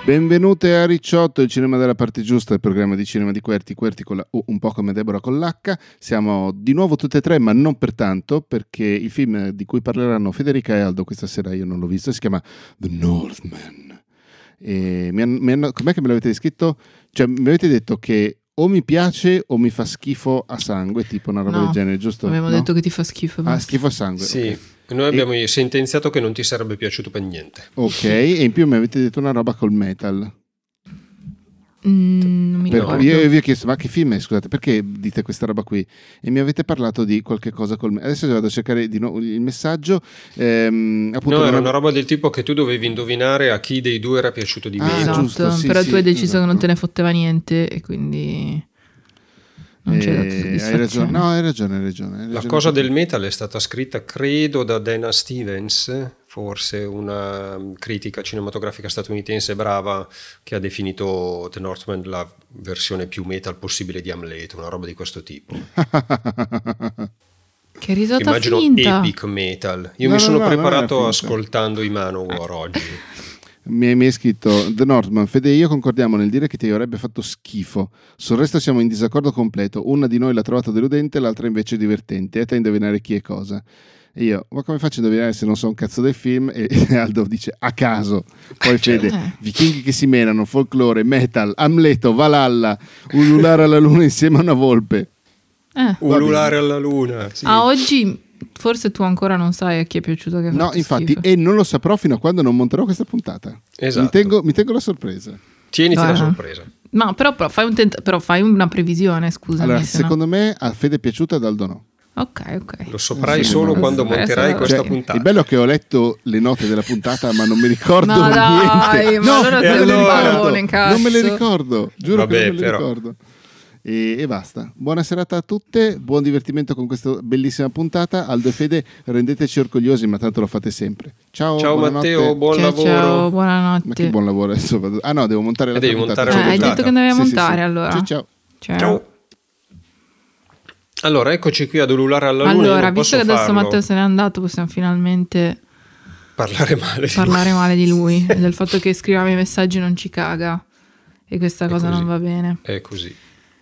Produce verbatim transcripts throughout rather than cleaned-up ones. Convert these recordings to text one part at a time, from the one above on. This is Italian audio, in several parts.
Benvenute a Ricciotto, il cinema della parte giusta, il programma di cinema di Querti, Querti con la U, un po' come Deborah con l'H. Siamo di nuovo tutte e tre, ma non per tanto, perché il film di cui parleranno Federica e Aldo questa sera io non l'ho visto, si chiama The Northman. E mi hanno, mi hanno, com'è che me l'avete descritto? Cioè mi avete detto che o mi piace o mi fa schifo a sangue, tipo una roba no, del genere, giusto? Abbiamo no? detto che ti fa schifo. Ah, schifo a sangue. Sì. Okay. Noi abbiamo e... sentenziato che non ti sarebbe piaciuto per niente. Ok, e in più mi avete detto una roba col metal. Mm, non mi per, ricordo. io vi ho chiesto, ma che film è? Scusate, perché dite questa roba qui? E mi avete parlato di qualche cosa col metal. Adesso vado a cercare di nuovo il messaggio. Ehm, appunto, no, era una... una roba del tipo che tu dovevi indovinare a chi dei due era piaciuto di ah, meno. Esatto, giusto, sì, però sì, tu hai deciso esatto. che non te ne fotteva niente e quindi non c'è dato soddisfazione. Hai ragione, no, hai ragione, hai ragione, hai ragione. La cosa del metal è stata scritta, credo, da Dana Stevens, forse una critica cinematografica statunitense brava, che ha definito The Northman la versione più metal possibile di Amleto, una roba di questo tipo. Che risata Immagino finta. epic metal. Io No, mi no, sono no, preparato ascoltando i Manowar oggi. Mi hai, mi hai scritto The Northman, Fede e io concordiamo nel dire che ti avrebbe fatto schifo. Sul resto siamo in disaccordo completo. Una di noi l'ha trovato deludente, l'altra invece divertente. E a te indovinare chi è cosa. E io, ma come faccio a indovinare se non so un cazzo del film? E Aldo dice a caso. Poi Fede, Eh. vichinghi che si menano, folklore, metal, Amleto, Valhalla, ululare alla luna insieme a una volpe. Eh. Ululare alla luna. Sì. A oggi forse tu ancora non sai a chi è piaciuto che ha No, fatto infatti, schifo. e non lo saprò fino a quando non monterò questa puntata. Esatto. Mi tengo, mi tengo la sorpresa. Tieniti la Guarda. sorpresa. Ma però, però, fai un tent- però fai una previsione, scusami. Allora, se no- secondo me a Fede è piaciuta, ad Aldo no. Ok, ok. Lo saprai Sì, solo ma- quando Sì, monterai sì, questa sì. puntata. Il bello è che ho letto le note della puntata, ma non mi ricordo Ma dai, niente. ma allora sei non me le un ricordo. barone, cazzo. Non me le ricordo, giuro Vabbè, che non me le però. ricordo. E, e basta. Buona serata a tutte, buon divertimento con questa bellissima puntata. Aldo e Fede, rendeteci orgogliosi, ma tanto lo fate sempre. Ciao, Ciao buonanotte. Matteo, buon ciao, lavoro. ciao, buonanotte. Ma che buon lavoro adesso vado- Ah no, devo montare la Eh, devi puntata. montare Eh, la hai puntata. detto che andavi a Sì, sì, montare sì. allora. Ciao, ciao. Ciao. Ciao. Allora, eccoci qui ad ululare alla luna. Io Allora, non visto posso che adesso farlo. Matteo se n'è andato, possiamo finalmente parlare male di parlare male di lui e del fatto che scriviamo i messaggi non ci caga e questa È cosa così. non va bene. È così.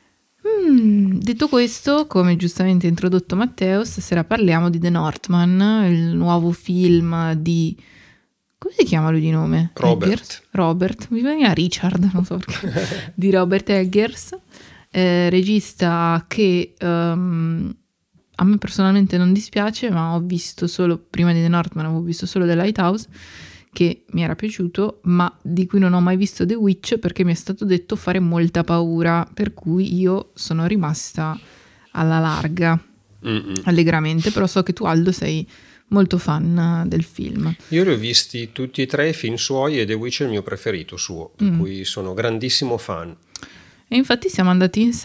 Mm, detto questo, come giustamente introdotto Matteo, stasera parliamo di The Northman, il nuovo film di... come si chiama lui di nome? Robert. Eggers? Robert, mi veniva Richard, non so perché. Di Robert Eggers, eh, regista che ehm, a me personalmente non dispiace, ma ho visto solo, prima di The Northman avevo visto solo The Lighthouse, che mi era piaciuto, ma di cui non ho mai visto The Witch perché mi è stato detto fare molta paura, per cui io sono rimasta alla larga, Mm-mm. allegramente, però so che tu Aldo sei molto fan del film. Io li ho visti tutti e tre i film suoi e The Witch è il mio preferito suo, per Mm. cui sono grandissimo fan. E infatti siamo andati in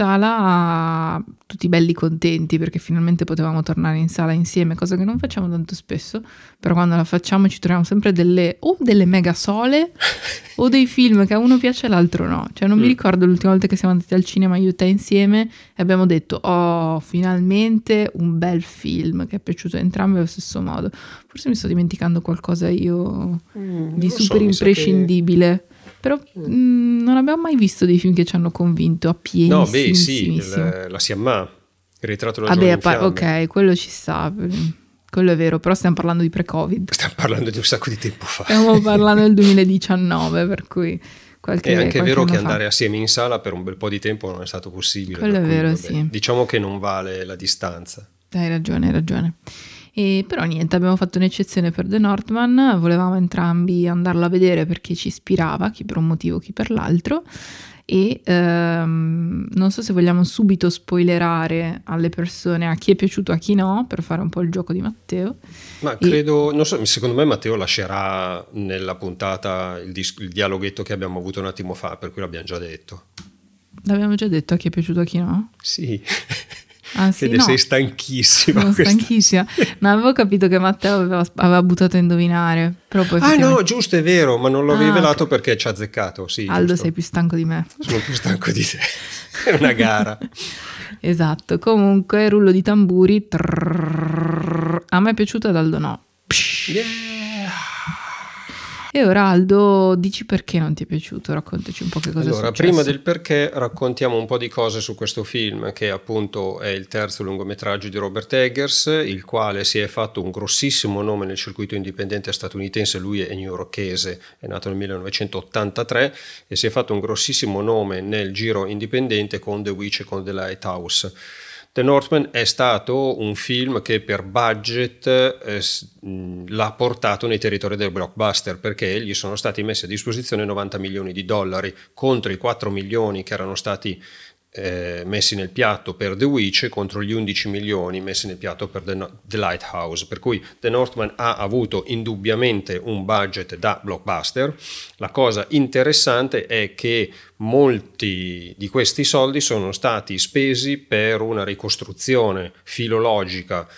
sala tutti belli contenti perché finalmente potevamo tornare in sala insieme, cosa che non facciamo tanto spesso, però quando la facciamo ci troviamo sempre delle o delle mega sole o dei film che a uno piace e all'altro no. Cioè non mi Mm. ricordo l'ultima volta che siamo andati al cinema io e te insieme e abbiamo detto oh finalmente un bel film che è piaciuto a entrambi allo stesso modo. Forse mi sto dimenticando qualcosa io Mm, di non lo so, super mi sa che- imprescindibile. Però mh, non abbiamo mai visto dei film che ci hanno convinto a No, beh, sì, pienissimo. il- la Siamma, il ritratto della Vabbè, giovane a in par- fiamme. ok, quello ci sta, quello è vero, però stiamo parlando di pre-Covid. Stiamo parlando di un sacco di tempo fa. Stiamo parlando del duemiladiciannove, per cui qualche È anche qualche vero anno che fa. andare assieme in sala per un bel po' di tempo non è stato possibile. Quello per è cui, vero, vabbè, sì. Diciamo che non vale la distanza. Hai ragione, hai ragione. E però niente, abbiamo fatto un'eccezione per The Northman, volevamo entrambi andarlo a vedere perché ci ispirava, chi per un motivo, chi per l'altro, e ehm, non so se vogliamo subito spoilerare alle persone a chi è piaciuto, a chi no, per fare un po' il gioco di Matteo. Ma E- credo, non so, secondo me Matteo lascerà nella puntata il, dis- il dialoghetto che abbiamo avuto un attimo fa, per cui l'abbiamo già detto. L'abbiamo già detto a chi è piaciuto, a chi no? Sì, Ah sì, Fede, no. sei stanchissima. Sono questa- stanchissima. Non avevo capito che Matteo aveva, aveva buttato a indovinare. Però poi Ah no, effettivamente- giusto, è vero, ma non l'ho Ah, rivelato ok. perché ci ha azzeccato. Sì, Aldo, giusto. sei più stanco di me. Sono più stanco di te. È una gara. Esatto. Comunque, rullo di tamburi. Trrrr. A me è piaciuto, ad Aldo no. Yeah. E ora Aldo, dici perché non ti è piaciuto, raccontaci un po' che cosa allora, è successo. Prima del perché raccontiamo un po' di cose su questo film, che appunto è il terzo lungometraggio di Robert Eggers, il quale si è fatto un grossissimo nome nel circuito indipendente statunitense. Lui è newyorkese, è nato nel millenovecentottantatré e si è fatto un grossissimo nome nel giro indipendente con The Witch e con The Lighthouse. The Northman è stato un film che per budget eh, l'ha portato nei territori del blockbuster, perché gli sono stati messi a disposizione novanta milioni di dollari contro i quattro milioni che erano stati eh, messi nel piatto per The Witch, contro gli undici milioni messi nel piatto per The, no- The Lighthouse, per cui The Northman ha avuto indubbiamente un budget da blockbuster. La cosa interessante è che molti di questi soldi sono stati spesi per una ricostruzione filologica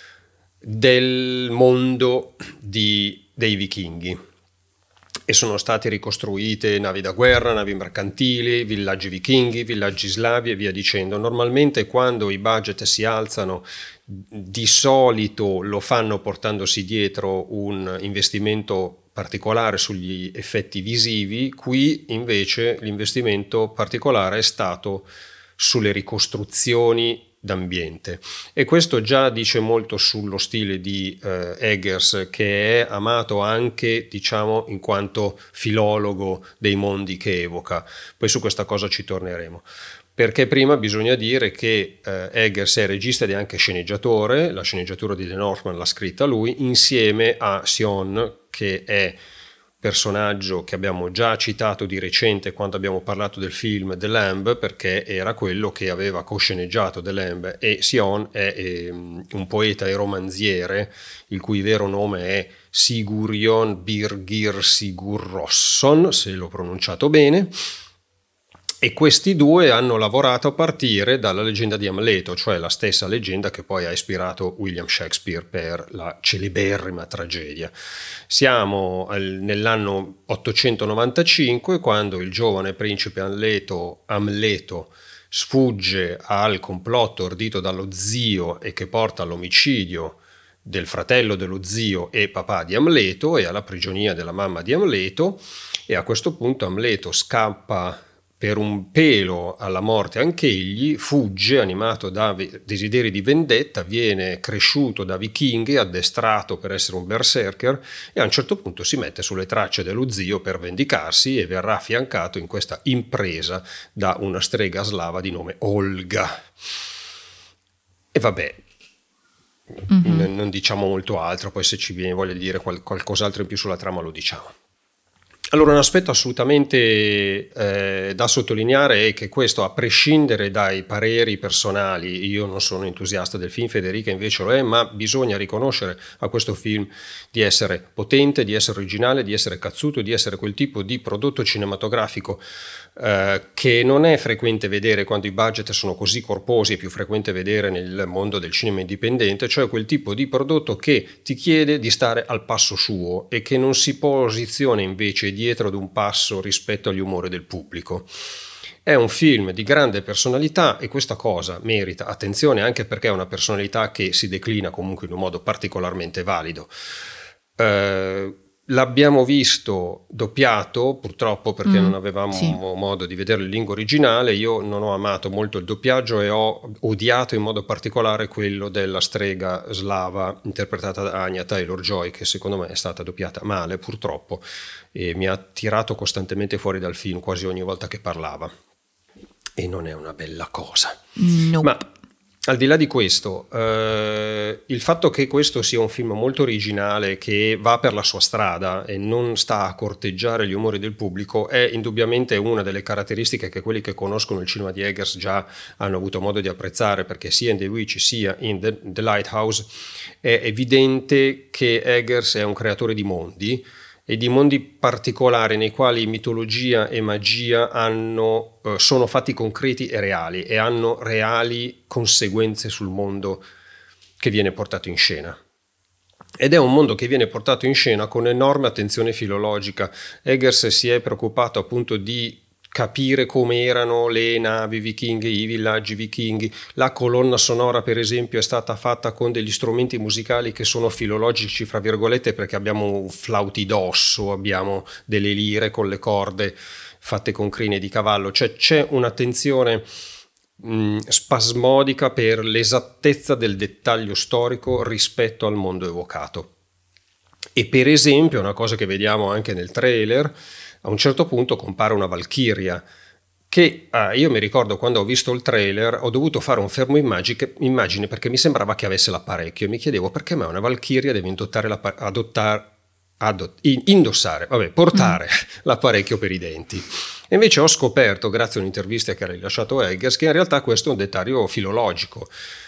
del mondo di, dei vichinghi, e sono state ricostruite navi da guerra, navi mercantili, villaggi vichinghi, villaggi slavi e via dicendo. Normalmente quando i budget si alzano, di solito lo fanno portandosi dietro un investimento particolare sugli effetti visivi. Qui invece l'investimento particolare è stato sulle ricostruzioni d'ambiente, e questo già dice molto sullo stile di eh, Eggers, che è amato anche, diciamo, in quanto filologo dei mondi che evoca. Poi su questa cosa ci torneremo, perché prima bisogna dire che eh, Eggers è regista ed è anche sceneggiatore. La sceneggiatura di The Northman l'ha scritta lui insieme a Sion, che è personaggio che abbiamo già citato di recente quando abbiamo parlato del film The Lamb, perché era quello che aveva cosceneggiato The Lamb, e Sion è eh, un poeta e romanziere il cui vero nome è Sigurjón Birgir Sigurðsson, se l'ho pronunciato bene. E questi due hanno lavorato a partire dalla leggenda di Amleto, cioè la stessa leggenda che poi ha ispirato William Shakespeare per la celeberrima tragedia. Siamo nell'anno ottocentonovantacinque, quando il giovane principe Amleto, Amleto sfugge al complotto ordito dallo zio e che porta all'omicidio del fratello dello zio e papà di Amleto e alla prigionia della mamma di Amleto, e a questo punto Amleto scappa per un pelo alla morte anch'egli, fugge animato da desideri di vendetta, viene cresciuto da vichinghi, addestrato per essere un berserker, e a un certo punto si mette sulle tracce dello zio per vendicarsi e verrà affiancato in questa impresa da una strega slava di nome Olga. E vabbè, mm-hmm. n- non diciamo molto altro, poi se ci viene voglia di dire qual- qualcos'altro in più sulla trama lo diciamo. Allora, un aspetto assolutamente eh, da sottolineare è che questo, a prescindere dai pareri personali, io non sono entusiasta del film, Federica invece lo è, ma bisogna riconoscere a questo film di essere potente, di essere originale, di essere cazzuto, di essere quel tipo di prodotto cinematografico eh, che non è frequente vedere quando i budget sono così corposi, è più frequente vedere nel mondo del cinema indipendente, cioè quel tipo di prodotto che ti chiede di stare al passo suo e che non si posiziona invece dietro ad un passo rispetto agli umori del pubblico. È un film di grande personalità e questa cosa merita attenzione, anche perché è una personalità che si declina comunque in un modo particolarmente valido. Eh, l'abbiamo visto doppiato, purtroppo, perché mm, non avevamo sì. modo di vederlo in lingua originale. Io non ho amato molto il doppiaggio e ho odiato in modo particolare quello della strega slava interpretata da Anya Taylor-Joy, che secondo me è stata doppiata male, purtroppo, e mi ha tirato costantemente fuori dal film quasi ogni volta che parlava, e non è una bella cosa. Nope. Ma al di là di questo, eh, il fatto che questo sia un film molto originale, che va per la sua strada e non sta a corteggiare gli umori del pubblico, è indubbiamente una delle caratteristiche che quelli che conoscono il cinema di Eggers già hanno avuto modo di apprezzare, perché sia in The Witch sia in The, The Lighthouse è evidente che Eggers è un creatore di mondi, e di mondi particolari nei quali mitologia e magia hanno, eh, sono fatti concreti e reali, e hanno reali conseguenze sul mondo che viene portato in scena. Ed è un mondo che viene portato in scena con enorme attenzione filologica. Eggers si è preoccupato appunto di capire come erano le navi vichinghe, i villaggi vichinghi. La colonna sonora, per esempio, è stata fatta con degli strumenti musicali che sono filologici, fra virgolette, perché abbiamo flauti d'osso, abbiamo delle lire con le corde fatte con crine di cavallo, cioè c'è un'attenzione mh, spasmodica per l'esattezza del dettaglio storico rispetto al mondo evocato. E per esempio, una cosa che vediamo anche nel trailer, a un certo punto compare una valchiria che ah, io mi ricordo quando ho visto il trailer ho dovuto fare un fermo immagine, immagine perché mi sembrava che avesse l'apparecchio e mi chiedevo perché mai una valchiria deve indottare la, adottare, adott, indossare, vabbè, portare mm. l'apparecchio per i denti. E invece ho scoperto, grazie a un'intervista che ha rilasciato Eggers, che in realtà questo è un dettaglio filologico,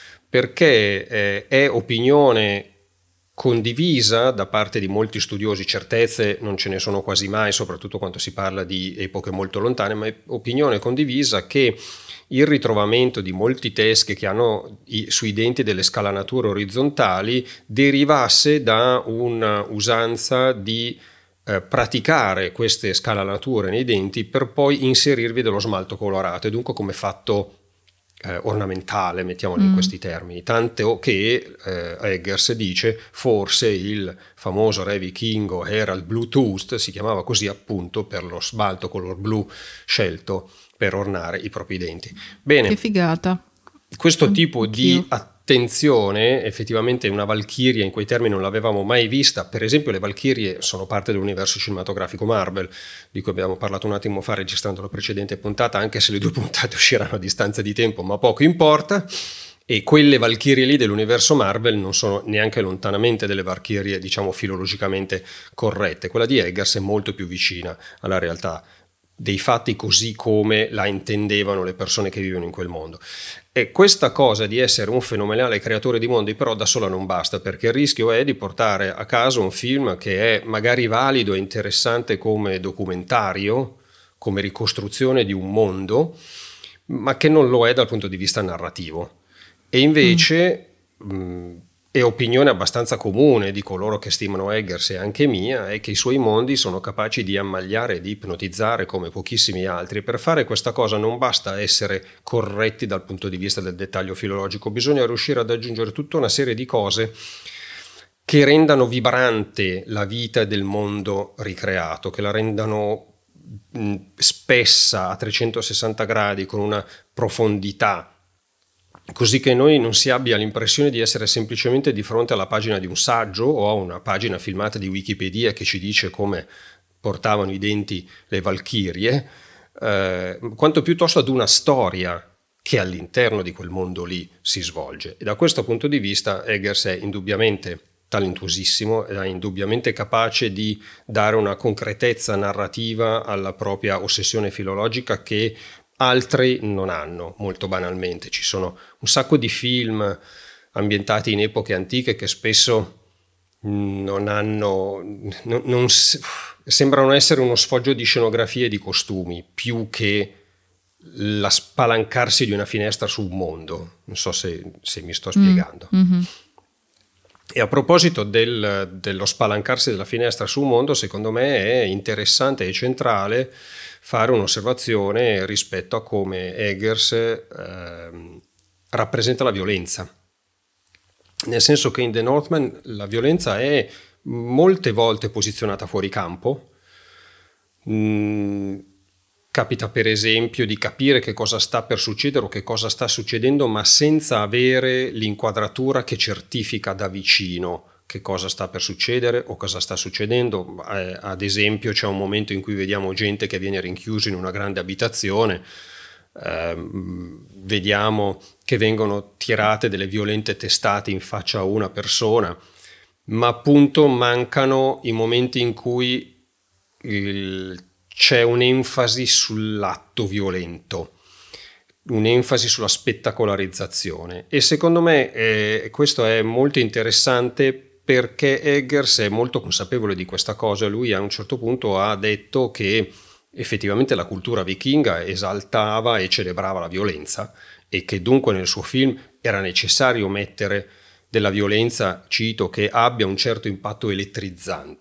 perché eh, è opinione condivisa da parte di molti studiosi, certezze non ce ne sono quasi mai, soprattutto quando si parla di epoche molto lontane, ma è opinione condivisa che il ritrovamento di molti teschi che hanno i, sui denti delle scalanature orizzontali derivasse da un'usanza di eh, praticare queste scalanature nei denti per poi inserirvi dello smalto colorato, e dunque come fatto Eh, ornamentale, mettiamolo mm. in questi termini, tanto che eh, Eggers dice forse il famoso re vichingo era il Bluetooth, si chiamava così appunto per lo smalto color blu scelto per ornare i propri denti. Bene, che figata. Questo tipo Anch'io. di attenzione, effettivamente una valchiria in quei termini non l'avevamo mai vista. Per esempio le valchirie sono parte dell'universo cinematografico Marvel, di cui abbiamo parlato un attimo fa registrando la precedente puntata, anche se le due puntate usciranno a distanza di tempo, ma poco importa. E quelle valchirie lì dell'universo Marvel non sono neanche lontanamente delle valchirie, diciamo, filologicamente corrette. Quella di Eggers è molto più vicina alla realtà dei fatti così come la intendevano le persone che vivono in quel mondo. E questa cosa di essere un fenomenale creatore di mondi però da sola non basta, perché il rischio è di portare a casa un film che è magari valido e interessante come documentario, come ricostruzione di un mondo, ma che non lo è dal punto di vista narrativo. E invece mm. mh, è opinione abbastanza comune di coloro che stimano Eggers e anche mia, è che i suoi mondi sono capaci di ammagliare e di ipnotizzare come pochissimi altri. E per fare questa cosa non basta essere corretti dal punto di vista del dettaglio filologico, bisogna riuscire ad aggiungere tutta una serie di cose che rendano vibrante la vita del mondo ricreato, che la rendano mh, spessa a trecentosessanta gradi, con una profondità, così che noi non si abbia l'impressione di essere semplicemente di fronte alla pagina di un saggio o a una pagina filmata di Wikipedia che ci dice come portavano i denti le valchirie, eh, quanto piuttosto ad una storia che all'interno di quel mondo lì si svolge. E da questo punto di vista Eggers è indubbiamente talentuosissimo, è indubbiamente capace di dare una concretezza narrativa alla propria ossessione filologica che altri non hanno. Molto banalmente ci sono un sacco di film ambientati in epoche antiche che spesso non hanno non, non sembrano essere uno sfoggio di scenografie e di costumi più che la spalancarsi di una finestra su un mondo. Non so se, se mi sto spiegando. Mm-hmm. E a proposito del, dello spalancarsi della finestra su un mondo, secondo me è interessante e centrale fare un'osservazione rispetto a come Eggers eh, rappresenta la violenza. Nel senso che in The Northman la violenza è molte volte posizionata fuori campo. Mm, capita per esempio di capire che cosa sta per succedere o che cosa sta succedendo, ma senza avere l'inquadratura che certifica da vicino che cosa sta per succedere o cosa sta succedendo. Eh, ad esempio c'è un momento in cui vediamo gente che viene rinchiusa in una grande abitazione, eh, vediamo che vengono tirate delle violente testate in faccia a una persona, ma appunto mancano i momenti in cui il, c'è un'enfasi sull'atto violento, un'enfasi sulla spettacolarizzazione. E secondo me eh, questo è molto interessante, perché Eggers è molto consapevole di questa cosa. Lui a un certo punto ha detto che effettivamente la cultura vichinga esaltava e celebrava la violenza e che dunque nel suo film era necessario mettere della violenza, cito, che abbia un certo impatto elettrizzante.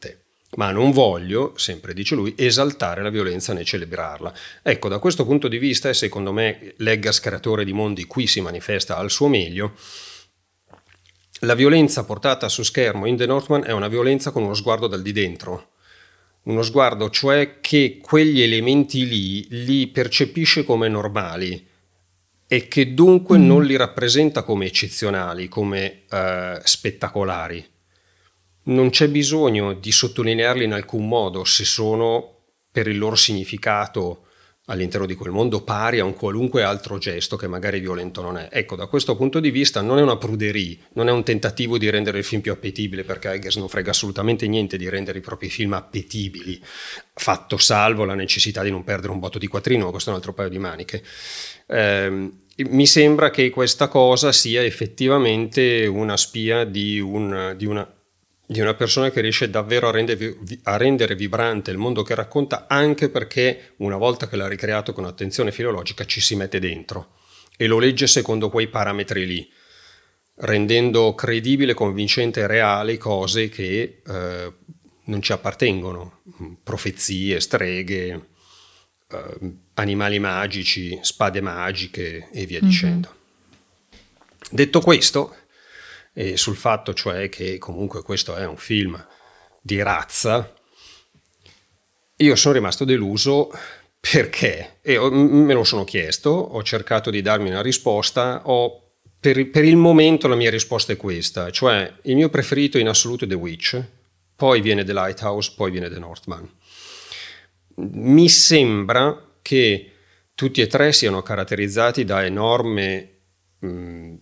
ma non voglio, sempre dice lui, esaltare la violenza né celebrarla. Ecco, da questo punto di vista, e secondo me l'Eggers, creatore di mondi, qui si manifesta al suo meglio. La violenza portata su schermo in The Northman è una violenza con uno sguardo dal di dentro, uno sguardo cioè che quegli elementi lì li percepisce come normali e che dunque mm. non li rappresenta come eccezionali, come eh, spettacolari. Non c'è bisogno di sottolinearli in alcun modo se sono, per il loro significato all'interno di quel mondo, pari a un qualunque altro gesto che magari violento non è. Ecco, da questo punto di vista non è una pruderie, non è un tentativo di rendere il film più appetibile, perché Eggers non frega assolutamente niente di rendere i propri film appetibili, fatto salvo la necessità di non perdere un botto di quattrino, ma questo è un altro paio di maniche. Eh, mi sembra che questa cosa sia effettivamente una spia di, un, di una di una persona che riesce davvero a rendere, a rendere vibrante il mondo che racconta, anche perché una volta che l'ha ricreato con attenzione filologica ci si mette dentro e lo legge secondo quei parametri lì, rendendo credibile, convincente e reale cose che eh, non ci appartengono, profezie, streghe, eh, animali magici, spade magiche e via mm-hmm. dicendo. Detto questo, e sul fatto cioè che comunque questo è un film di razza, io sono rimasto deluso perché, e ho, me lo sono chiesto, ho cercato di darmi una risposta, ho, per, per il momento la mia risposta è questa, cioè il mio preferito in assoluto è The Witch, poi viene The Lighthouse, poi viene The Northman. Mi sembra che tutti e tre siano caratterizzati da enorme mh,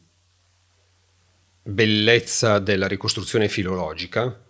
bellezza della ricostruzione filologica,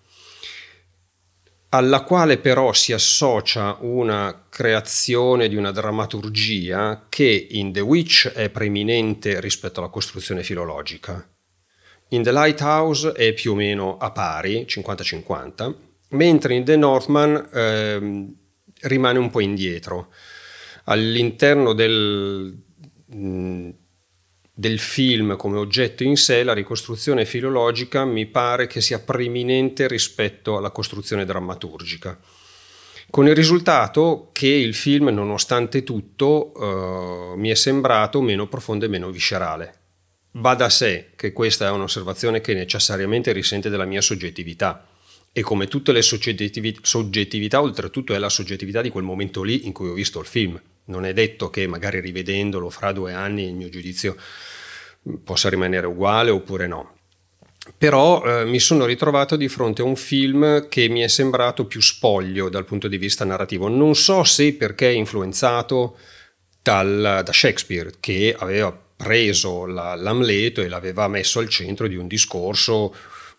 alla quale però si associa una creazione di una drammaturgia che in The Witch è preeminente rispetto alla costruzione filologica. In The Lighthouse è più o meno a pari, cinquanta cinquanta, mentre in The Northman ehm, rimane un po' indietro. All'interno del... Mh, del film come oggetto in sé, la ricostruzione filologica mi pare che sia preeminente rispetto alla costruzione drammaturgica, con il risultato che il film, nonostante tutto, eh, mi è sembrato meno profondo e meno viscerale. Va da sé che questa è un'osservazione che necessariamente risente della mia soggettività, e come tutte le soggettivi- soggettività, oltretutto è la soggettività di quel momento lì in cui ho visto il film. Non è detto che magari rivedendolo fra due anni il mio giudizio possa rimanere uguale oppure no. Però eh, mi sono ritrovato di fronte a un film che mi è sembrato più spoglio dal punto di vista narrativo. Non so se perché è influenzato dal, da Shakespeare, che aveva preso la, l'Amleto e l'aveva messo al centro di un discorso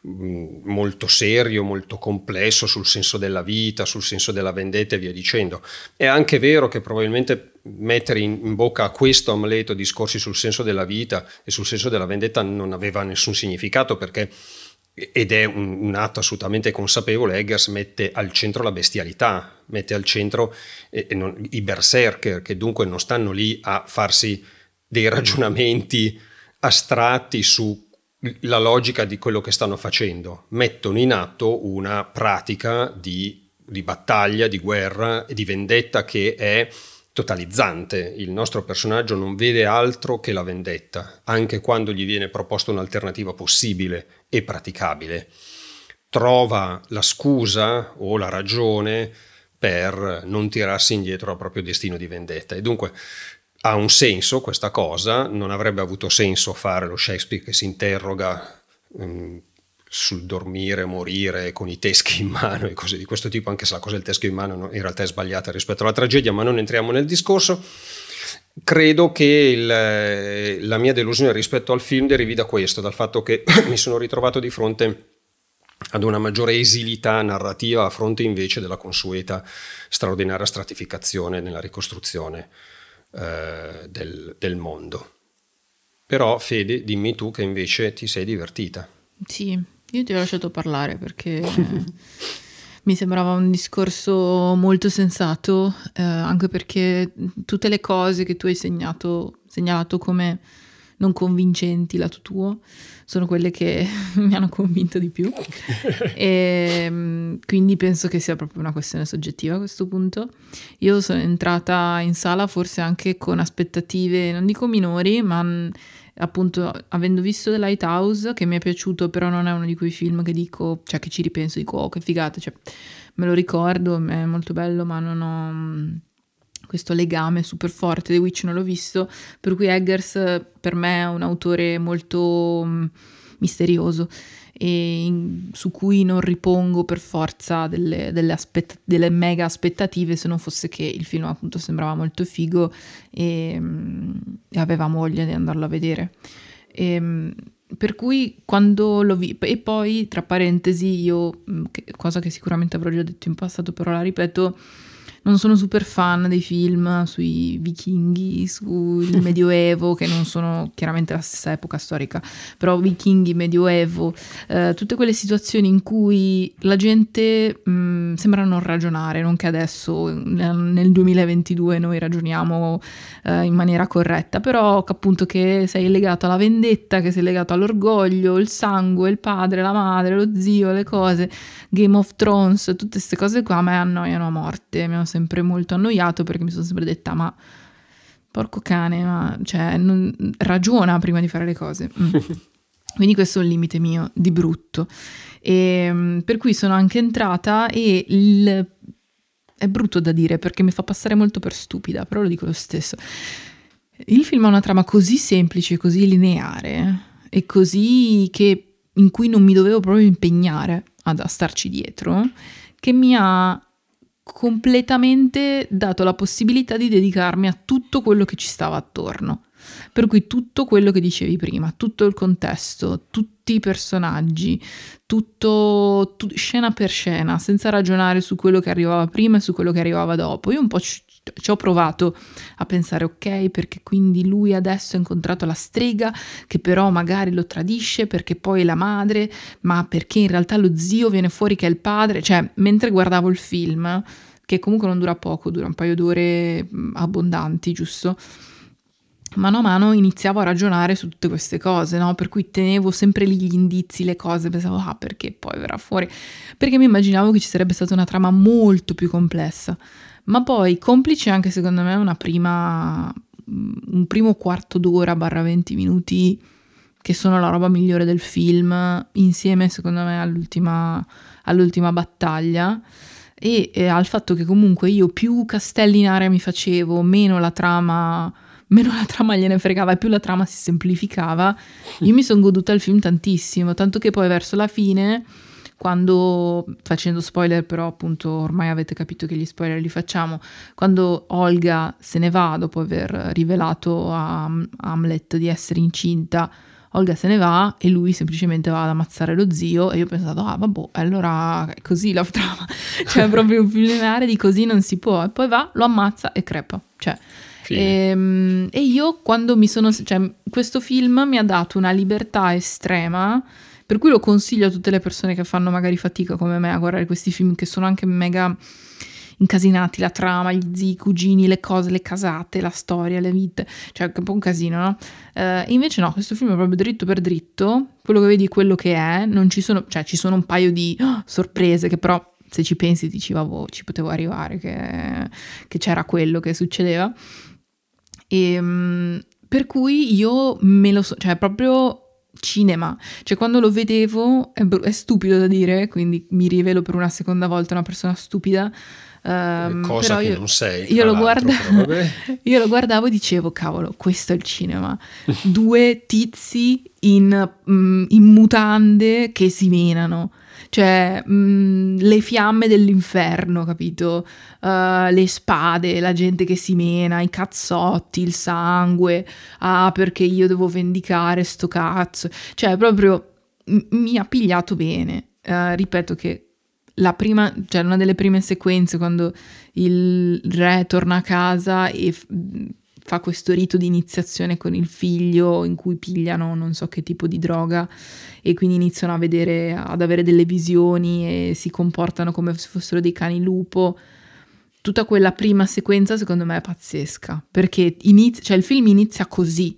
molto serio, molto complesso sul senso della vita, sul senso della vendetta e via dicendo. È anche vero che probabilmente mettere in, in bocca a questo Amleto discorsi sul senso della vita e sul senso della vendetta non aveva nessun significato, perché, ed è un, un atto assolutamente consapevole, Eggers mette al centro la bestialità, mette al centro eh, non, i berserker, che dunque non stanno lì a farsi dei ragionamenti astratti su la logica di quello che stanno facendo, mettono in atto una pratica di, di battaglia, di guerra e di vendetta che è totalizzante. Il nostro personaggio non vede altro che la vendetta, anche quando gli viene proposta un'alternativa possibile e praticabile. Trova la scusa o la ragione per non tirarsi indietro dal proprio destino di vendetta, e dunque ha un senso questa cosa. Non avrebbe avuto senso fare lo Shakespeare che si interroga um, sul dormire, morire con i teschi in mano e cose di questo tipo, anche se la cosa del teschio in mano in realtà è sbagliata rispetto alla tragedia, ma non entriamo nel discorso. Credo che il, la mia delusione rispetto al film derivi da questo, dal fatto che mi sono ritrovato di fronte ad una maggiore esilità narrativa a fronte invece della consueta straordinaria stratificazione nella ricostruzione Uh, del, del mondo. Però Fede, dimmi tu che invece ti sei divertita. Sì, io ti ho lasciato parlare perché mi sembrava un discorso molto sensato, eh, anche perché tutte le cose che tu hai segnato, segnalato come non convincenti lato tuo, sono quelle che mi hanno convinto di più. E quindi penso che sia proprio una questione soggettiva a questo punto. Io sono entrata in sala forse anche con aspettative, non dico minori, ma appunto avendo visto The Lighthouse, che mi è piaciuto, però non è uno di quei film che dico, cioè che ci ripenso, dico oh che figata, cioè me lo ricordo, è molto bello, ma non ho questo legame super forte. The Witch non l'ho visto, per cui Eggers per me è un autore molto misterioso e in, su cui non ripongo per forza delle, delle, aspett- delle mega aspettative, se non fosse che il film appunto sembrava molto figo e, e avevamo voglia di andarlo a vedere. E, per cui quando lo vi e poi tra parentesi io, che, cosa che sicuramente avrò già detto in passato però la ripeto, non sono super fan dei film sui vichinghi, sul medioevo, che non sono chiaramente la stessa epoca storica, però vichinghi, medioevo, eh, tutte quelle situazioni in cui la gente mh, sembra non ragionare, non che adesso nel, nel duemilaventidue noi ragioniamo eh, in maniera corretta, però appunto che sei legato alla vendetta, che sei legato all'orgoglio, il sangue, il padre, la madre, lo zio, le cose, Game of Thrones, tutte queste cose qua a me annoiano a morte, mi hanno sempre molto annoiato perché mi sono sempre detta ma porco cane, ma cioè non, ragiona prima di fare le cose. Mm. Quindi questo è un limite mio di brutto e per cui sono anche entrata e il, è brutto da dire perché mi fa passare molto per stupida, però lo dico lo stesso. Il film ha una trama così semplice, così lineare e così che in cui non mi dovevo proprio impegnare ad a starci dietro, che mi ha completamente dato la possibilità di dedicarmi a tutto quello che ci stava attorno. Per cui tutto quello che dicevi prima, tutto il contesto, tutti i personaggi, tutto tu, scena per scena, senza ragionare su quello che arrivava prima e su quello che arrivava dopo. Io un po' ci, ci ho provato a pensare, ok, perché quindi lui adesso ha incontrato la strega, che però magari lo tradisce perché poi è la madre, ma perché in realtà lo zio viene fuori che è il padre. Cioè, mentre guardavo il film, che comunque non dura poco, dura un paio d'ore abbondanti, giusto? Mano a mano iniziavo a ragionare su tutte queste cose, no? Per cui tenevo sempre lì gli indizi, le cose, pensavo, ah, perché poi verrà fuori? Perché mi immaginavo che ci sarebbe stata una trama molto più complessa. Ma poi, complice anche secondo me una prima, un primo quarto d'ora barra venti minuti, che sono la roba migliore del film, insieme secondo me all'ultima, all'ultima battaglia, e, e al fatto che comunque io più castelli in aria mi facevo, meno la trama... meno la trama gliene fregava e più la trama si semplificava, io mi sono goduta il film tantissimo, tanto che poi verso la fine, quando, facendo spoiler però appunto ormai avete capito che gli spoiler li facciamo, quando Olga se ne va dopo aver rivelato a Hamlet di essere incinta, Olga se ne va e lui semplicemente va ad ammazzare lo zio e io ho pensato, ah vabbè, allora è così la trama, cioè proprio un film lineare di così non si può, e poi va, lo ammazza e crepa, cioè... E, e io quando mi sono, cioè questo film mi ha dato una libertà estrema, per cui lo consiglio a tutte le persone che fanno magari fatica come me a guardare questi film che sono anche mega incasinati, la trama, gli zii, i cugini, le cose, le casate, la storia, le vite, cioè è un po' un casino, no? Eh, invece no, questo film è proprio dritto per dritto, quello che vedi è quello che è, non ci sono, cioè ci sono un paio di oh, sorprese che però se ci pensi dici vabbè, ci potevo arrivare, che, che c'era quello che succedeva. E, per cui io me lo so, cioè proprio cinema, cioè quando lo vedevo è, è stupido da dire, quindi mi rivelo per una seconda volta una persona stupida, um, cosa però che io, non sei, io lo, guarda, io lo guardavo e dicevo cavolo, questo è il cinema, due tizi in, mm, in mutande che si menano, cioè mh, le fiamme dell'inferno, capito? Uh, le spade, la gente che si mena, i cazzotti, il sangue, ah perché io devo vendicare sto cazzo, cioè proprio m- mi ha pigliato bene. Uh, ripeto che la prima, cioè una delle prime sequenze quando il re torna a casa e f- fa questo rito di iniziazione con il figlio in cui pigliano non so che tipo di droga e quindi iniziano a vedere, ad avere delle visioni e si comportano come se fossero dei cani lupo. Tutta quella prima sequenza secondo me è pazzesca, perché inizia, cioè il film inizia così,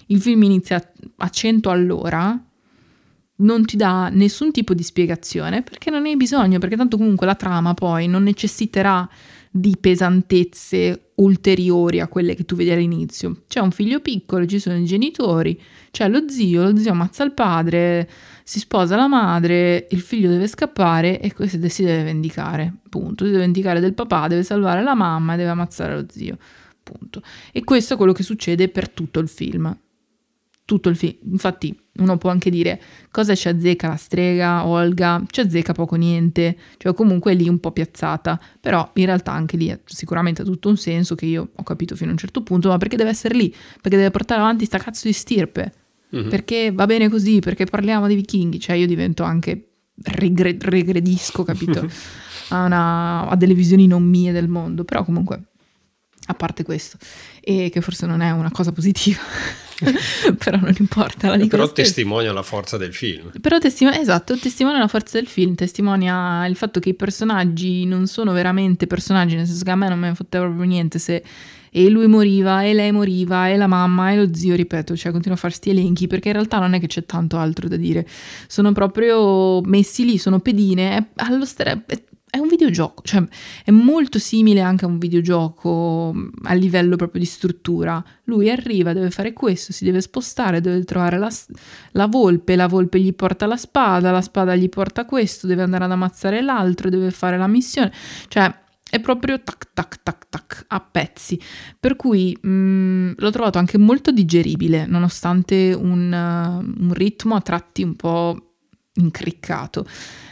il film inizia a cento all'ora, non ti dà nessun tipo di spiegazione, perché non ne hai bisogno, perché tanto comunque la trama poi non necessiterà di pesantezze ulteriori a quelle che tu vedi all'inizio. C'è un figlio piccolo, ci sono i genitori, c'è lo zio, lo zio ammazza il padre, si sposa la madre, il figlio deve scappare e questo si deve vendicare, punto. Si deve vendicare del papà, deve salvare la mamma e deve ammazzare lo zio, punto. E questo è quello che succede per tutto il film. Tutto il film. Infatti uno può anche dire cosa ci azzecca la strega, Olga, ci azzecca poco niente, cioè comunque è lì un po' piazzata, però in realtà anche lì sicuramente ha tutto un senso che io ho capito fino a un certo punto, ma perché deve essere lì? Perché deve portare avanti sta cazzo di stirpe, mm-hmm. perché va bene così, perché parliamo di vichinghi, cioè io divento anche regre- regredisco, capito? a, una, a delle visioni non mie del mondo, però comunque a parte questo, e che forse non è una cosa positiva però non importa, la dico però lo stesso. Testimonia la forza del film, però testimonia, esatto, testimonia la forza del film, testimonia il fatto che i personaggi non sono veramente personaggi, nel senso che a me non me ne fotteva proprio niente se e lui moriva e lei moriva e la mamma e lo zio, ripeto, cioè continuo a fare sti elenchi perché in realtà non è che c'è tanto altro da dire, sono proprio messi lì, sono pedine, è, allo stre- è, è un videogioco, cioè è molto simile anche a un videogioco a livello proprio di struttura. Lui arriva, deve fare questo, si deve spostare, deve trovare la, la volpe, la volpe gli porta la spada, la spada gli porta questo, deve andare ad ammazzare l'altro, deve fare la missione, cioè è proprio tac tac tac tac a pezzi, per cui mh, l'ho trovato anche molto digeribile nonostante un, uh, un ritmo a tratti un po' incriccato.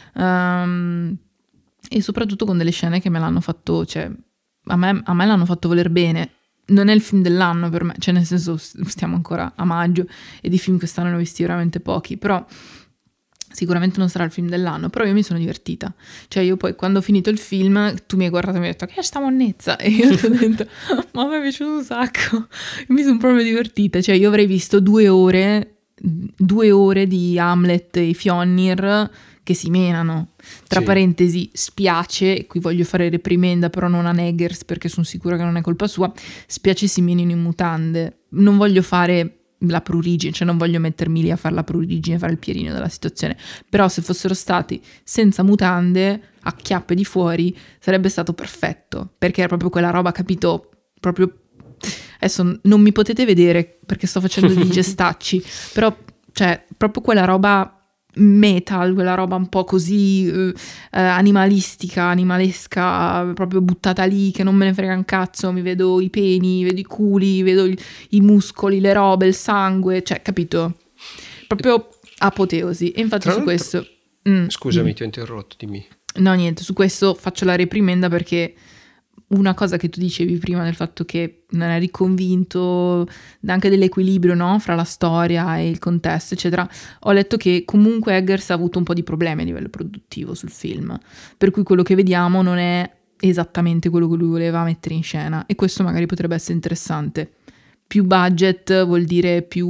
Um, e soprattutto con delle scene che me l'hanno fatto, cioè a me, a me l'hanno fatto voler bene. Non è il film dell'anno per me, cioè nel senso stiamo ancora a maggio e di film quest'anno ne ho visti veramente pochi, però sicuramente non sarà il film dell'anno, però io mi sono divertita, cioè io poi quando ho finito il film tu mi hai guardato e mi hai detto che è sta monnezza e io ti ho detto ma a me è piaciuto un sacco, mi sono proprio divertita, cioè io avrei visto due ore due ore di Hamlet e Fjolnir che si menano, tra sì. Parentesi spiace, qui voglio fare reprimenda però non a Eggers perché sono sicura che non è colpa sua, spiace si menino in mutande, non voglio fare la prurigine, cioè non voglio mettermi lì a fare la prurigine, fare il pierino della situazione, però se fossero stati senza mutande, a chiappe di fuori, sarebbe stato perfetto, perché era proprio quella roba, capito, proprio, adesso non mi potete vedere perché sto facendo dei gestacci, però, cioè, proprio quella roba metal, quella roba un po' così eh, animalistica, animalesca, proprio buttata lì che non me ne frega un cazzo, mi vedo i peni, vedo i culi, vedo i, i muscoli, le robe, il sangue, cioè capito? Proprio apoteosi. E infatti Tra su questo mm, scusami mm. ti ho interrotto, dimmi. No niente, su questo faccio la reprimenda perché una cosa che tu dicevi prima del fatto che non eri convinto anche dell'equilibrio, no? Fra la storia e il contesto eccetera, ho letto che comunque Eggers ha avuto un po' di problemi a livello produttivo sul film, per cui quello che vediamo non è esattamente quello che lui voleva mettere in scena e questo magari potrebbe essere interessante. Più budget vuol dire più,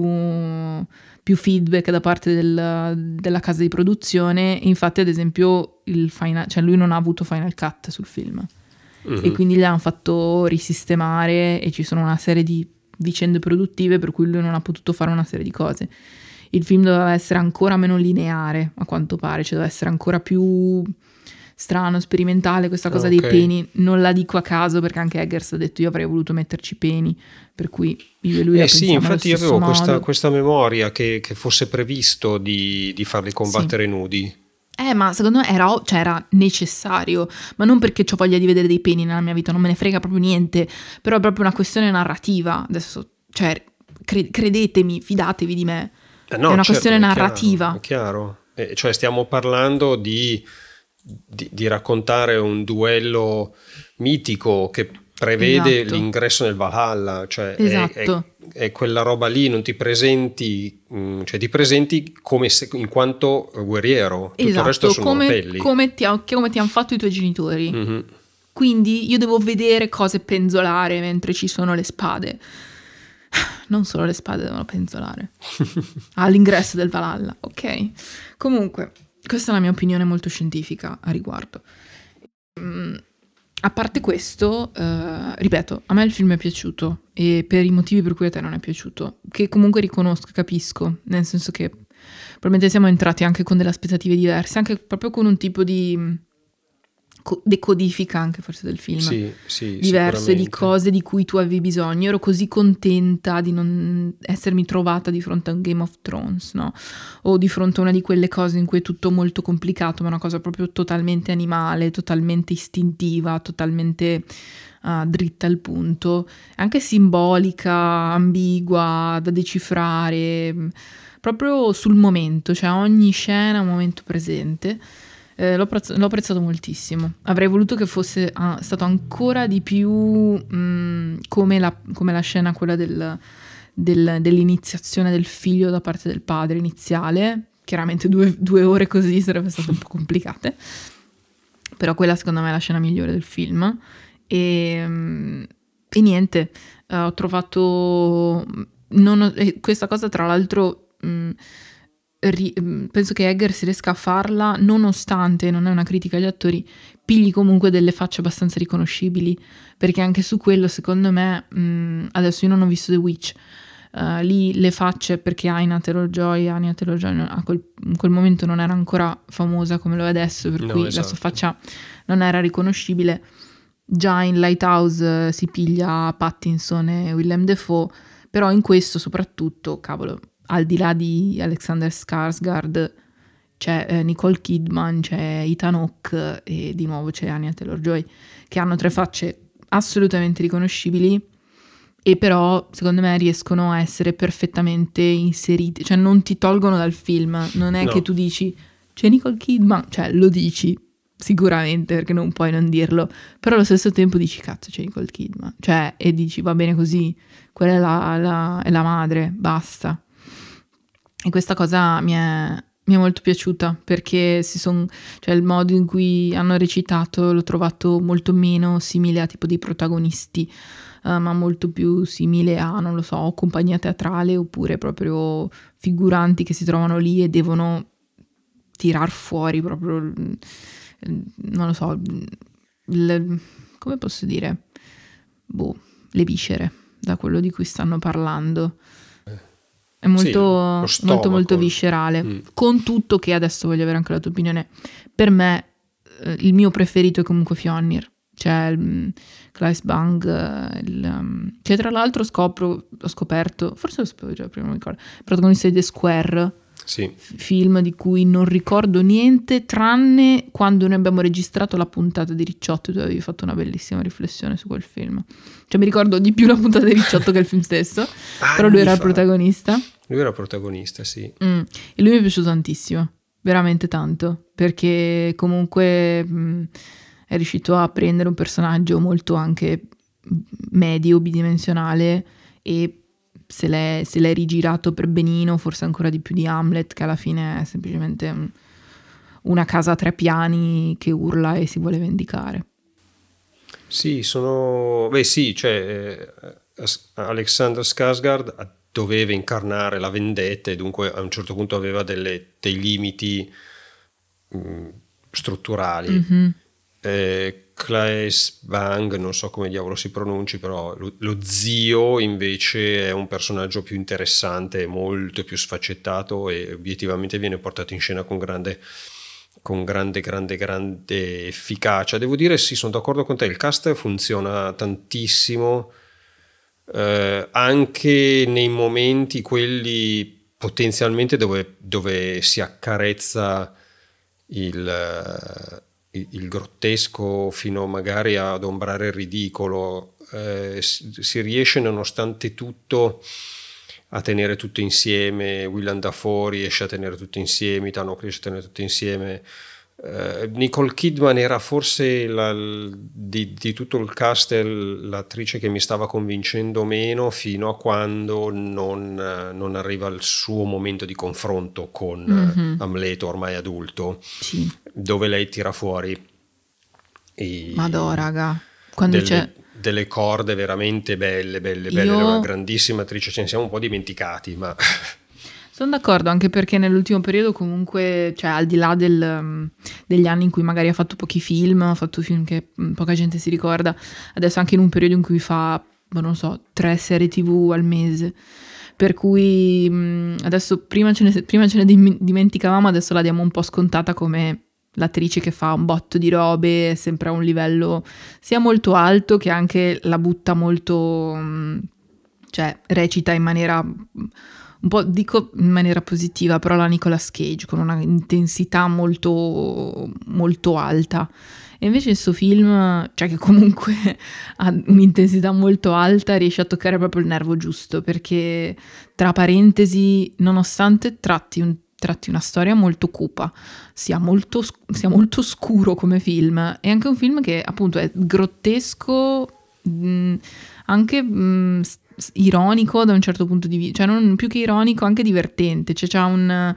più feedback da parte del, della casa di produzione, infatti ad esempio il final, cioè lui non ha avuto final cut sul film. Uh-huh. E quindi gli hanno fatto risistemare e ci sono una serie di vicende produttive per cui lui non ha potuto fare una serie di cose. Il film doveva essere ancora meno lineare a quanto pare, cioè doveva essere ancora più strano, sperimentale, questa cosa okay. dei peni non la dico a caso perché anche Eggers ha detto io avrei voluto metterci peni, per cui io e lui eh sì, infatti io avevo questa, questa memoria che, che fosse previsto di, di farli combattere sì. nudi. Eh, ma secondo me era, cioè era necessario, ma non perché ho voglia di vedere dei peni nella mia vita, non me ne frega proprio niente, però è proprio una questione narrativa, adesso, cioè, cre- credetemi, fidatevi di me, eh no, è una certo, questione è narrativa. Chiaro, è chiaro. Eh, cioè stiamo parlando di, di, di raccontare un duello mitico che prevede esatto. l'ingresso nel Valhalla, cioè esatto. è, è, è quella roba lì, non ti presenti, mh, cioè ti presenti come se, in quanto guerriero, tutto esatto, il resto sono come, orpelli. Come ti, ha, come ti hanno fatto i tuoi genitori. Mm-hmm. Quindi io devo vedere cose penzolare mentre ci sono le spade. Non solo le spade devono penzolare. All'ingresso del Valhalla, ok? Comunque, questa è la mia opinione molto scientifica a riguardo. Mm. a parte questo, uh, ripeto, a me il film è piaciuto e per i motivi per cui a te non è piaciuto, che comunque riconosco, capisco, nel senso che probabilmente siamo entrati anche con delle aspettative diverse, anche proprio con un tipo di decodifica anche forse del film sì, sì, diverso e di cose di cui tu avevi bisogno. Io ero così contenta di non essermi trovata di fronte a un Game of Thrones, no? O di fronte a una di quelle cose in cui è tutto molto complicato, ma una cosa proprio totalmente animale, totalmente istintiva, totalmente uh, dritta al punto, anche simbolica, ambigua, da decifrare, proprio sul momento, cioè ogni scena è un momento presente. Eh, l'ho, apprezzato, l'ho apprezzato moltissimo. Avrei voluto che fosse ah, stato ancora di più mh, come, la, come la scena quella del, del, dell'iniziazione del figlio da parte del padre iniziale. Chiaramente due, due ore così sarebbe state un po' complicate, però quella secondo me è la scena migliore del film. E, mh, e niente, eh, ho trovato non ho, eh, questa cosa tra l'altro mh, penso che Eggers riesca a farla, nonostante non è una critica agli attori, pigli comunque delle facce abbastanza riconoscibili, perché anche su quello secondo me mh, adesso io non ho visto The Witch, uh, lì le facce, perché Anya Taylor-Joy Anya Taylor-Joy a quel, in quel momento non era ancora famosa come lo è adesso, per no, cui esatto. La sua faccia non era riconoscibile. Già in Lighthouse uh, si piglia Pattinson e Willem Dafoe, però in questo soprattutto, cavolo, al di là di Alexander Skarsgård c'è eh, Nicole Kidman, c'è Ethan Hawke e di nuovo c'è Anya Taylor-Joy, che hanno tre facce assolutamente riconoscibili e però secondo me riescono a essere perfettamente inseriti, cioè non ti tolgono dal film, non è no. che tu dici c'è Nicole Kidman, cioè lo dici sicuramente perché non puoi non dirlo, però allo stesso tempo dici cazzo c'è Nicole Kidman, cioè e dici va bene così, quella è la, la, è la madre, basta. E questa cosa mi è, mi è molto piaciuta perché si son, cioè il modo in cui hanno recitato l'ho trovato molto meno simile a tipo dei protagonisti, uh, ma molto più simile a, non lo so, compagnia teatrale oppure proprio figuranti che si trovano lì e devono tirar fuori proprio, non lo so, le, come posso dire, boh, le viscere da quello di cui stanno parlando. È molto, sì, molto, molto viscerale. Mm. Con tutto che adesso voglio avere anche la tua opinione. Per me, eh, il mio preferito è comunque Fjolnir. Cioè, il Claes Bang, il, um, che tra l'altro scopro, ho scoperto, forse lo sapevo già prima, non mi ricordo, il protagonista di The Square, sì. f- film di cui non ricordo niente, tranne quando noi abbiamo registrato la puntata di Ricciotto, tu avevi fatto una bellissima riflessione su quel film. Cioè mi ricordo di più la puntata di Ricciotto che il film stesso, ah, però lui era fa. il protagonista. Lui era protagonista, sì. Mm. E lui mi è piaciuto tantissimo, veramente tanto, perché comunque mh, è riuscito a prendere un personaggio molto anche medio, bidimensionale, e se l'è, se l'è rigirato per benino, forse ancora di più di Hamlet, che alla fine è semplicemente un, una casa a tre piani che urla e si vuole vendicare. Sì, sono... Beh sì, cioè eh, Alexander Skarsgård doveva incarnare la vendetta e dunque a un certo punto aveva delle, dei limiti mh, strutturali. Mm-hmm. Eh, Claes Bang, non so come diavolo si pronunci, però lo, lo zio invece è un personaggio più interessante, molto più sfaccettato e obiettivamente viene portato in scena con grande, con grande, grande, grande efficacia. Devo dire, sì, sono d'accordo con te, il cast funziona tantissimo. Eh, anche nei momenti quelli potenzialmente dove, dove si accarezza il, il, il grottesco fino magari ad ombrare il ridicolo, eh, si, si riesce nonostante tutto a tenere tutto insieme. Willem Dafoe riesce a tenere tutto insieme, Ethan Hawke riesce a tenere tutto insieme. Uh, Nicole Kidman era forse la, di, di tutto il cast l'attrice che mi stava convincendo meno, fino a quando non, non arriva il suo momento di confronto con mm-hmm. Amleto ormai adulto, sì. dove lei tira fuori i, Madò raga quando delle, c'è delle corde veramente belle belle belle. Io... È una grandissima attrice, ce ne siamo un po' dimenticati, ma Sono d'accordo, anche perché nell'ultimo periodo comunque, cioè al di là del, degli anni in cui magari ha fatto pochi film, ha fatto film che poca gente si ricorda, adesso anche in un periodo in cui fa, non so, tre serie tv al mese, per cui adesso prima ce ne, prima ce ne dimenticavamo, adesso la diamo un po' scontata come l'attrice che fa un botto di robe, sempre a un livello sia molto alto che anche la butta molto, cioè recita in maniera... un po' dico in maniera positiva, però la Nicolas Cage con una intensità molto molto alta, e invece il suo film, cioè che comunque ha un'intensità molto alta, riesce a toccare proprio il nervo giusto, perché tra parentesi, nonostante tratti, un, tratti una storia molto cupa, sia molto, sia molto scuro come film, è anche un film che appunto è grottesco, mh, anche mh, ironico da un certo punto di vista, cioè non più che ironico, anche divertente, cioè c'ha un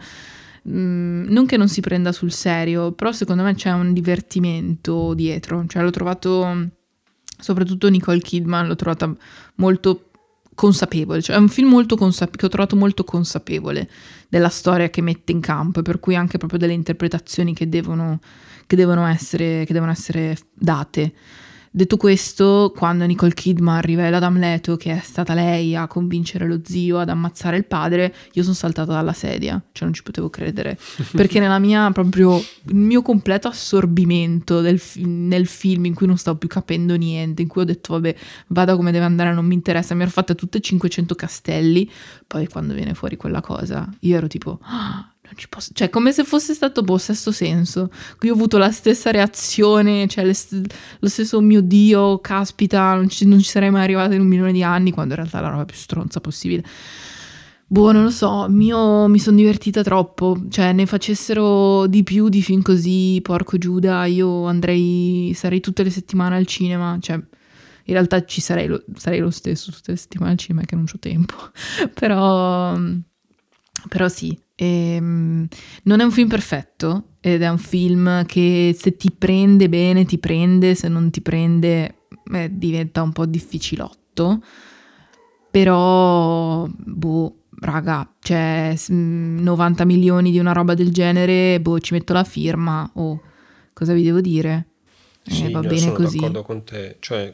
mh, non che non si prenda sul serio, però secondo me c'è un divertimento dietro, cioè l'ho trovato, soprattutto Nicole Kidman l'ho trovata molto consapevole, cioè è un film molto consapevole, che ho trovato molto consapevole della storia che mette in campo, e per cui anche proprio delle interpretazioni che devono, che devono essere, che devono essere date. Detto questo, quando Nicole Kidman rivela ad Amleto che è stata lei a convincere lo zio ad ammazzare il padre, io sono saltata dalla sedia, cioè non ci potevo credere, perché nella mia proprio il mio completo assorbimento del, nel film, in cui non stavo più capendo niente, in cui ho detto vabbè, vada come deve andare, non mi interessa, mi ero fatta tutte cinquecento castelli, poi quando viene fuori quella cosa io ero tipo ah, non ci posso, cioè come se fosse stato boh, Sesto Senso, io ho avuto la stessa reazione, cioè st- lo stesso oh mio Dio, caspita, non ci, non ci sarei mai arrivata in un milione di anni, quando in realtà è la roba più stronza possibile. Boh, non lo so, mio, mi sono divertita troppo, cioè ne facessero di più di film così, porco Giuda, io andrei, sarei tutte le settimane al cinema, cioè in realtà ci sarei lo, sarei lo stesso tutte le settimane al cinema, che non c'ho tempo, però, però sì. E, non è un film perfetto, ed è un film che se ti prende bene ti prende, se non ti prende eh, diventa un po' difficilotto, però boh, raga, cioè novanta milioni di una roba del genere, boh, ci metto la firma, oh, cosa vi devo dire? Eh, sì, va no, bene sono così. d'accordo con te, cioè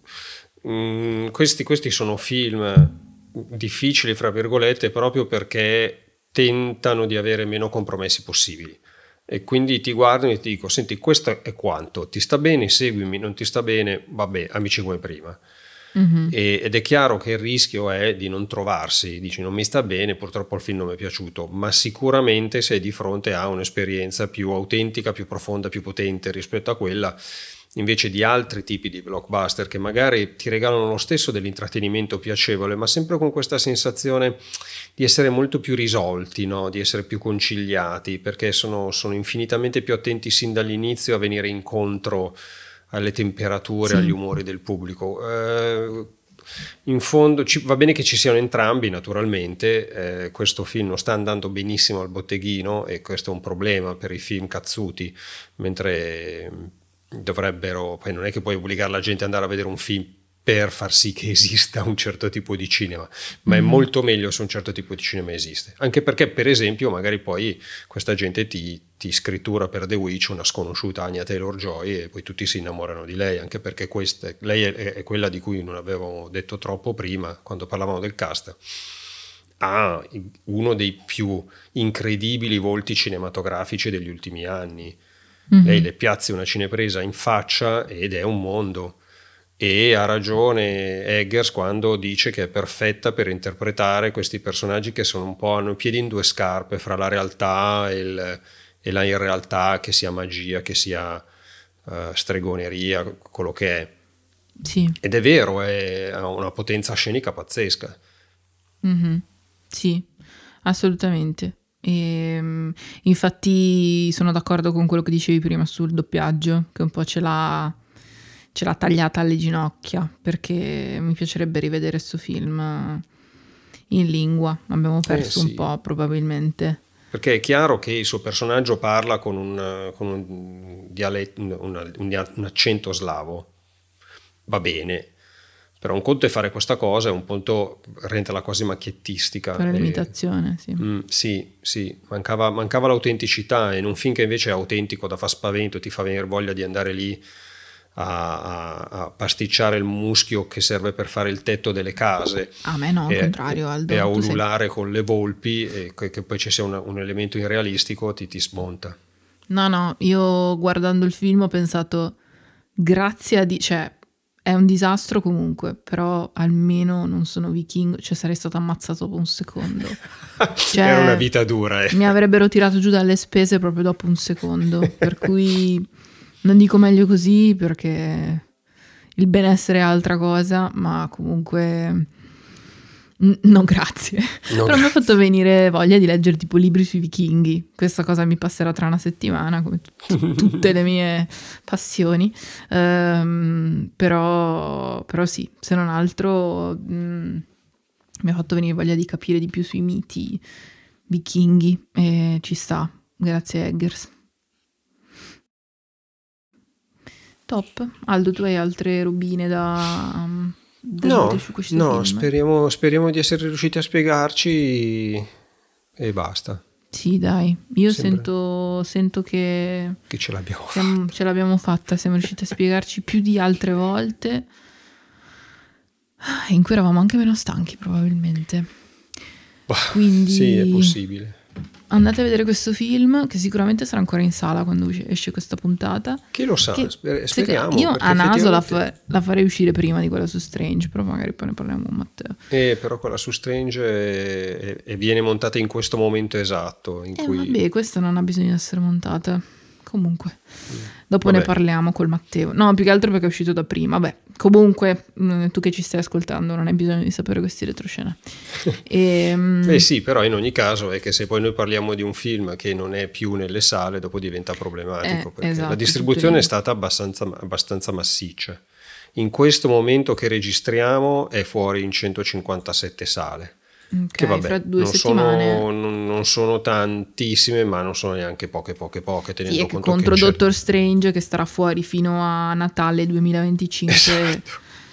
mh, questi, questi sono film difficili fra virgolette proprio perché tentano di avere meno compromessi possibili, e quindi ti guardano e ti dico senti, questo è quanto, ti sta bene, seguimi, non ti sta bene, vabbè, amici come prima. Mm-hmm. E, ed è chiaro che il rischio è di non trovarsi, dici non mi sta bene, purtroppo il film non mi è piaciuto, ma sicuramente sei di fronte a un'esperienza più autentica, più profonda, più potente rispetto a quella invece di altri tipi di blockbuster che magari ti regalano lo stesso dell'intrattenimento piacevole, ma sempre con questa sensazione di essere molto più risolti, no? Di essere più conciliati, perché sono, sono infinitamente più attenti sin dall'inizio a venire incontro alle temperature, sì, agli umori del pubblico. Eh, in fondo ci, va bene che ci siano entrambi, naturalmente, eh, questo film non sta andando benissimo al botteghino e questo è un problema per i film cazzuti, mentre dovrebbero, poi non è che puoi obbligare la gente ad andare a vedere un film per far sì che esista un certo tipo di cinema, ma mm-hmm. è molto meglio se un certo tipo di cinema esiste, anche perché per esempio magari poi questa gente ti, ti scrittura per The Witch una sconosciuta Anya Taylor-Joy e poi tutti si innamorano di lei, anche perché questa, lei è, è quella di cui non avevo detto troppo prima quando parlavamo del cast, ha uno dei più incredibili volti cinematografici degli ultimi anni. Mm-hmm. Lei le piazzi una cinepresa in faccia ed è un mondo, e ha ragione Eggers quando dice che è perfetta per interpretare questi personaggi che sono un po', hanno i piedi in due scarpe fra la realtà e, il, e la irrealtà, che sia magia, che sia uh, stregoneria, quello che è. Sì. Ed è vero, è, ha una potenza scenica pazzesca. Mm-hmm. Sì, assolutamente. E, infatti sono d'accordo con quello che dicevi prima sul doppiaggio, che un po' ce l'ha, ce l'ha tagliata alle ginocchia, perché mi piacerebbe rivedere questo film in lingua, abbiamo perso eh sì. un po' probabilmente. Perché è chiaro che il suo personaggio parla con un, con un, dialetto, un, un, un accento slavo, va bene, Però un conto è fare questa cosa, un conto renderla quasi macchiettistica. Fare e, l'imitazione, sì. Mm, sì, sì, mancava, mancava l'autenticità, e in un film che invece è autentico, da fa spavento, ti fa venire voglia di andare lì a, a, a pasticciare il muschio che serve per fare il tetto delle case. A me no, al e, contrario, Aldo. E a Tu sei- ululare con le volpi, e che, che poi ci sia una, un elemento irrealistico, ti, ti smonta. No, no, io guardando il film ho pensato, grazie a... Di- cioè, è un disastro comunque, però almeno non sono vichingo, cioè sarei stato ammazzato dopo un secondo. Cioè, Era una vita dura. Eh. Mi avrebbero tirato giù dalle spese proprio dopo un secondo, per cui non dico meglio così perché il benessere è altra cosa, ma comunque... No, grazie. No, Però mi ha fatto venire voglia di leggere tipo libri sui vichinghi. Questa cosa mi passerà tra una settimana, come t- tutte le mie passioni. Um, però, però sì, se non altro mm, mi ha fatto venire voglia di capire di più sui miti vichinghi e ci sta. Grazie Eggers. Top. Aldo, tu hai altre robine da... Um, No, su questo no film? speriamo, speriamo di essere riusciti a spiegarci e basta. Sì, dai, io Sembra sento, sento che, che ce l'abbiamo siamo, fatta. ce l'abbiamo fatta, siamo riusciti a spiegarci più di altre volte, in cui eravamo anche meno stanchi probabilmente. Quindi Sì, è possibile. andate a vedere questo film, che sicuramente sarà ancora in sala quando esce questa puntata. Chi lo sa, Che, sper- speriamo. Io perché a naso la, effettivamente- fa- la farei uscire prima di quella su Strange, però magari poi ne parliamo con Matteo. Eh, però quella su Strange è- è- è- viene montata in questo momento esatto in Eh cui vabbè, questa non ha bisogno di essere montata. Comunque, dopo Vabbè. ne parliamo col Matteo. No, più che altro perché è uscito da prima. Vabbè, comunque, mh, tu che ci stai ascoltando non hai bisogno di sapere questi retroscena. E, mh, Beh sì, però in ogni caso è che se poi noi parliamo di un film che non è più nelle sale, dopo diventa problematico, Eh, perché esatto, la distribuzione è tutto lì. stata abbastanza, abbastanza massiccia. In questo momento che registriamo è fuori in centocinquantasette sale. ok, Che vabbè, fra due non settimane. sono, non, non sono tantissime, ma non sono neanche poche, poche, poche. Tenendo Sì, è che conto contro che c'è- Doctor Strange che starà fuori fino a Natale duemilaventicinque. Esatto.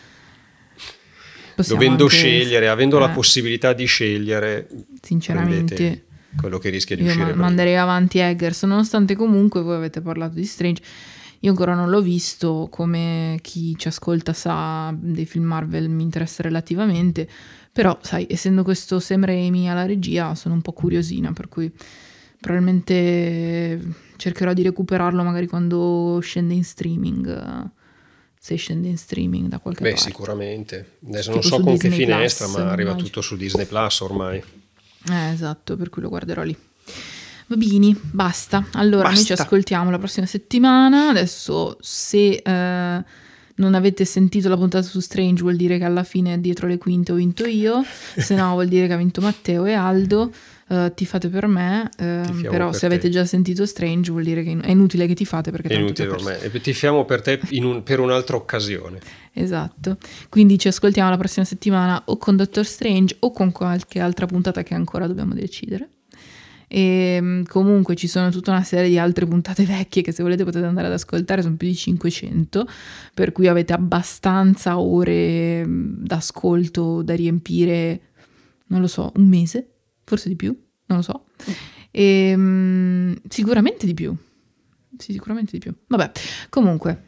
possiamo Dovendo anche- scegliere, avendo la eh, possibilità di scegliere, sinceramente, prendete quello che rischia di io uscire ma- prima. manderei avanti Eggers, nonostante comunque voi avete parlato di Strange. Io ancora non l'ho visto, come chi ci ascolta sa, dei film Marvel mi interessa relativamente, però sai, essendo questo Sam Raimi alla regia sono un po' curiosina, per cui probabilmente cercherò di recuperarlo magari quando scende in streaming, se scende in streaming da qualche Beh, parte. sicuramente. Adesso Tipo non so su con che Disney finestra, Plus, ma arriva immagino. tutto su Disney Plus ormai. Eh, esatto, per cui lo guarderò lì. Va bene, basta. Allora, noi ci Basta. ascoltiamo la prossima settimana. Adesso, se eh, non avete sentito la puntata su Strange, vuol dire che alla fine dietro le quinte ho vinto io. Se no, vuol dire che ha vinto Matteo e Aldo. Eh, tifate per me. eh, Tifiamo però, per se avete te. già sentito Strange, vuol dire che è inutile che tifate perché È tanto inutile già perso. ormai. E tifiamo per te in un- per un'altra occasione. Esatto, quindi ci ascoltiamo la prossima settimana o con Doctor Strange o con qualche altra puntata che ancora dobbiamo decidere. E mh, comunque ci sono tutta una serie di altre puntate vecchie che se volete potete andare ad ascoltare, sono più di cinquecento, per cui avete abbastanza ore mh, d'ascolto da riempire, non lo so, un mese, forse di più, non lo so. E, mh, sicuramente di più, sì, sicuramente di più. Vabbè, comunque.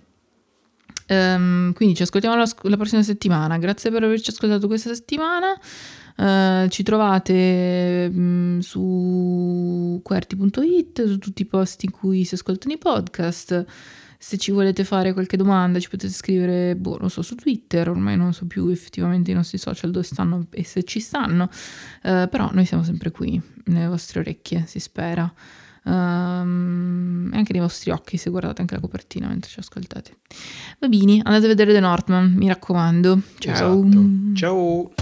Ehm, quindi ci ascoltiamo la, la prossima settimana. Grazie per averci ascoltato questa settimana. Eh, ci trovate mh, su querti punto it, su tutti i posti in cui si ascoltano i podcast. Se ci volete fare qualche domanda ci potete scrivere, boh, non so, su Twitter. Ormai non so più effettivamente i nostri social dove stanno e se ci stanno. Eh, però noi siamo sempre qui, nelle vostre orecchie, si spera. Um, e anche nei vostri occhi se guardate anche la copertina mentre ci ascoltate. Va bene, andate a vedere The Northman, mi raccomando. Ciao. Esatto. Ciao.